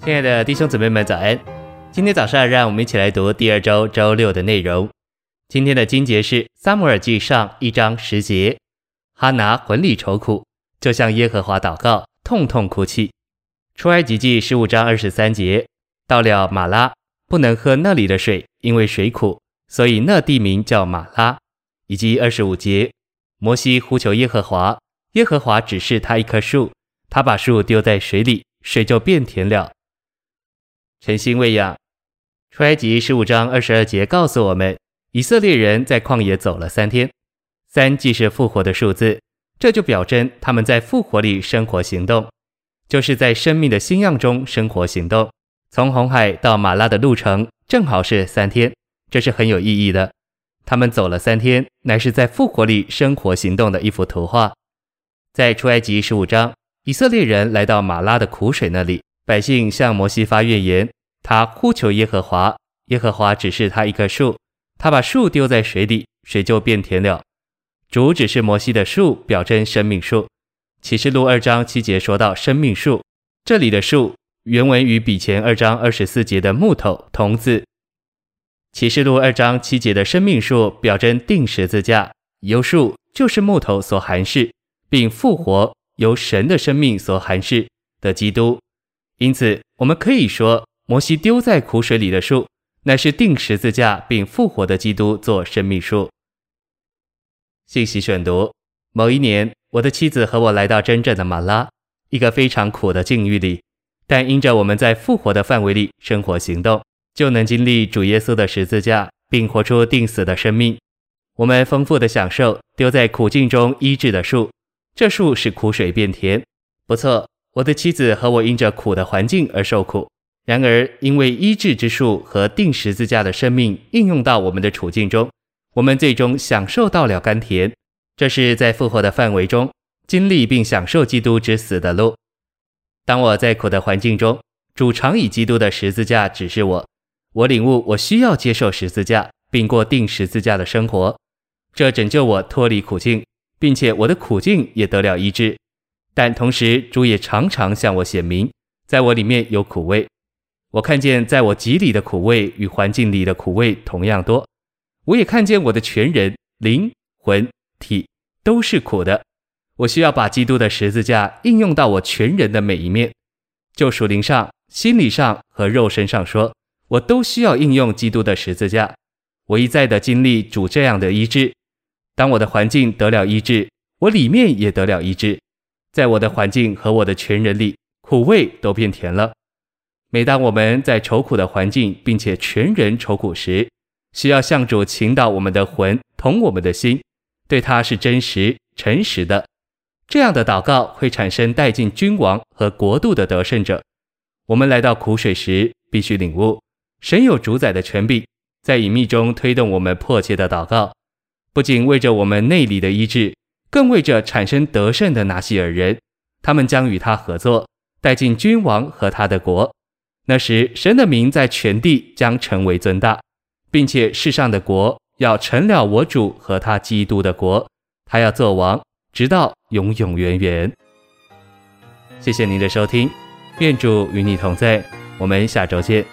亲爱的弟兄姊妹们早安，今天早上让我们一起来读第二周周六的内容。今天的经节是撒母耳记上1章10节，哈拿魂里愁苦，就向耶和华祷告，痛痛哭泣。出埃及记15章23节，到了马拉，不能喝那里的水，因为水苦，所以那地名叫马拉。以及25节，摩西呼求耶和华，耶和华指示他一棵树，他把树丢在水里，水就变甜了。诚心喂养。出埃及15章22节告诉我们，以色列人在旷野走了3天，3既是复活的数字，这就表征他们在复活里生活行动，就是在生命的新样中生活行动。从红海到马拉的路程正好是3天，这是很有意义的。他们走了3天，乃是在复活里生活行动的一幅图画。在出埃及15章，以色列人来到马拉的苦水那里，百姓向摩西发怨言，他呼求耶和华，耶和华指示他一棵树，他把树丢在水里，水就变甜了。主指示摩西的树表征生命树。启示录2章7节说到生命树，这里的树原文与比前2章24节的木头同字。启示录2章7节的生命树表征钉十字架，由树就是木头所含释，并复活由神的生命所含释的基督。因此我们可以说，摩西丢在苦水里的树，乃是钉十字架并复活的基督做生命树。信息选读。某一年，我的妻子和我来到真正的马拉，一个非常苦的境遇里，但因着我们在复活的范围里生活行动，就能经历主耶稣的十字架，并活出定死的生命。我们丰富的享受丢在苦境中医治的树，这树使苦水变甜。不错，我的妻子和我因着苦的环境而受苦，然而因为医治之树和钉十字架的生命应用到我们的处境中，我们最终享受到了甘甜。这是在复活的范围中经历并享受基督之死的路。当我在苦的环境中，主常以基督的十字架指示我，我领悟我需要接受十字架并过钉十字架的生活，这拯救我脱离苦境，并且我的苦境也得了医治。但同时主也常常向我显明，在我里面有苦味。我看见在我己里的苦味与环境里的苦味同样多，我也看见我的全人、灵、魂、体都是苦的。我需要把基督的十字架应用到我全人的每一面，就属灵上、心理上和肉身上说，我都需要应用基督的十字架。我一再的经历主这样的医治。当我的环境得了医治，我里面也得了医治。在我的环境和我的全人里，苦味都变甜了。每当我们在愁苦的环境并且全人愁苦时，需要向主倾倒我们的魂同我们的心，对他是真实诚实的。这样的祷告会产生带进君王和国度的得胜者。我们来到苦水时，必须领悟神有主宰的权柄，在隐秘中推动我们迫切的祷告，不仅为着我们内里的医治，更为着产生得胜的拿西尔人，他们将与他合作，带进君王和他的国。那时神的名在全地将成为尊大，并且世上的国要成了我主和他基督的国，他要做王，直到永永远远。谢谢您的收听，愿主与你同在，我们下周见。